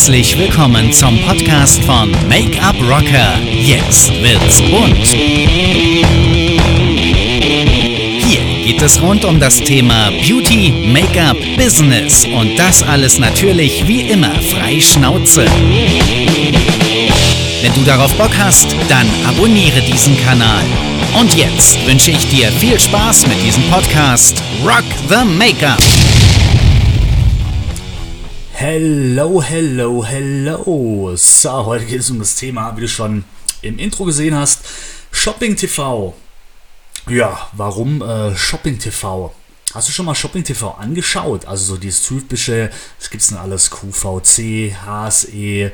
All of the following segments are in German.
Herzlich willkommen zum Podcast von Make-up Rocker. Jetzt wird's bunt. Hier geht es rund um das Thema Beauty, Make-up, Business und das alles natürlich wie immer frei Schnauze. Wenn du darauf Bock hast, dann abonniere diesen Kanal. Und jetzt wünsche ich dir viel Spaß mit diesem Podcast Rock the Make-up. Hello. So, heute geht es um das Thema, wie du schon im Intro gesehen hast, Shopping TV. Ja, warum Shopping TV? Hast du schon mal Shopping TV angeschaut? Also so dieses typische, was gibt's denn alles? QVC, HSE,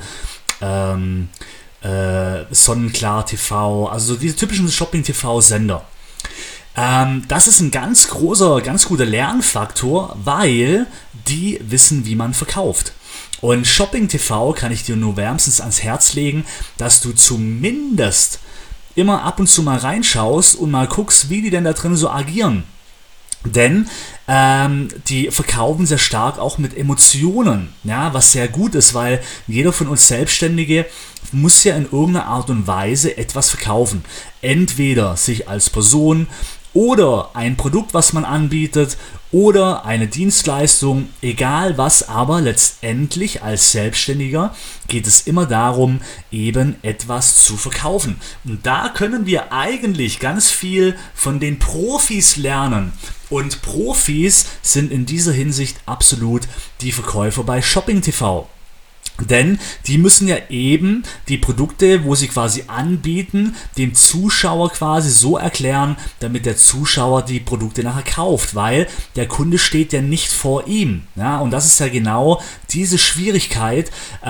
Sonnenklar TV, also so diese typischen Shopping TV Sender. Das ist ein ganz guter Lernfaktor, weil die wissen, wie man verkauft. Und Shopping TV kann ich dir nur wärmstens ans Herz legen, dass du zumindest immer ab und zu mal reinschaust und mal guckst, wie die denn da drin so agieren. Denn die verkaufen sehr stark auch mit Emotionen, ja, was sehr gut ist, weil jeder von uns Selbstständige muss ja in irgendeiner Art und Weise etwas verkaufen. Entweder sich als Person oder ein Produkt, was man anbietet, oder eine Dienstleistung, egal was, aber letztendlich als Selbstständiger geht es immer darum, eben etwas zu verkaufen. Und da können wir eigentlich ganz viel von den Profis lernen. Und Profis sind in dieser Hinsicht absolut die Verkäufer bei Shopping TV. Denn die müssen ja eben die Produkte, wo sie quasi anbieten, dem Zuschauer quasi so erklären, damit der Zuschauer die Produkte nachher kauft, weil der Kunde steht ja nicht vor ihm. Ja, und das ist ja genau diese Schwierigkeit,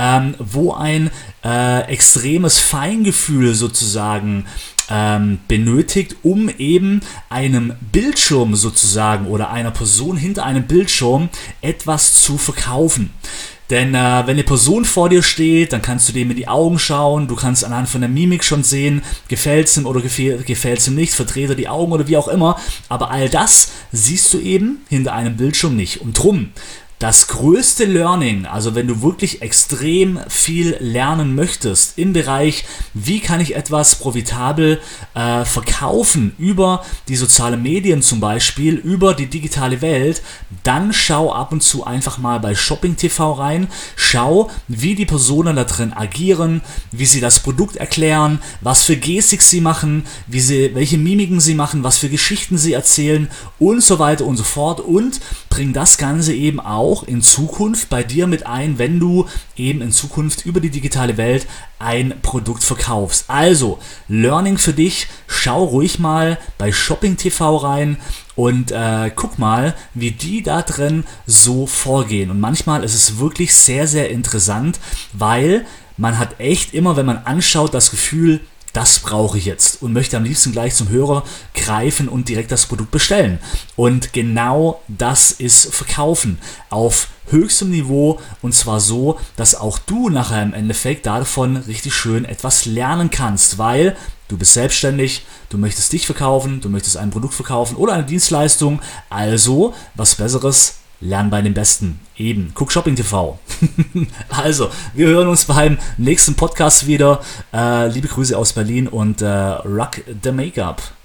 wo ein extremes Feingefühl sozusagen benötigt, um eben einem Bildschirm sozusagen oder einer Person hinter einem Bildschirm etwas zu verkaufen. Denn wenn eine Person vor dir steht, dann kannst du dem in die Augen schauen, du kannst anhand von der Mimik schon sehen, gefällt es ihm oder gefällt es ihm nicht, verdreht er die Augen oder wie auch immer, aber all das siehst du eben hinter einem Bildschirm nicht. Und drum, das größte Learning, also wenn du wirklich extrem viel lernen möchtest im Bereich, wie kann ich etwas profitabel verkaufen über die sozialen Medien zum Beispiel, über die digitale Welt, dann schau ab und zu einfach mal bei Shopping TV rein, schau, wie die Personen da drin agieren, wie sie das Produkt erklären, was für Gestik sie machen, welche Mimiken sie machen, was für Geschichten sie erzählen und so weiter und so fort und bring das Ganze eben auch in Zukunft bei dir mit ein, wenn du eben in Zukunft über die digitale Welt ein Produkt verkaufst. Also, Learning für dich, schau ruhig mal bei Shopping TV rein und guck mal, wie die da drin so vorgehen. Und manchmal ist es wirklich sehr, sehr interessant, weil man hat echt immer, wenn man anschaut, das Gefühl, das brauche ich jetzt und möchte am liebsten gleich zum Hörer greifen und direkt das Produkt bestellen. Und genau das ist Verkaufen auf höchstem Niveau und zwar so, dass auch du nachher im Endeffekt davon richtig schön etwas lernen kannst, weil du bist selbstständig, du möchtest dich verkaufen, du möchtest ein Produkt verkaufen oder eine Dienstleistung, also was Besseres. Lern bei den Besten. Eben. Guck Shopping TV. Also, wir hören uns beim nächsten Podcast wieder. Liebe Grüße aus Berlin und Rock the Make-up.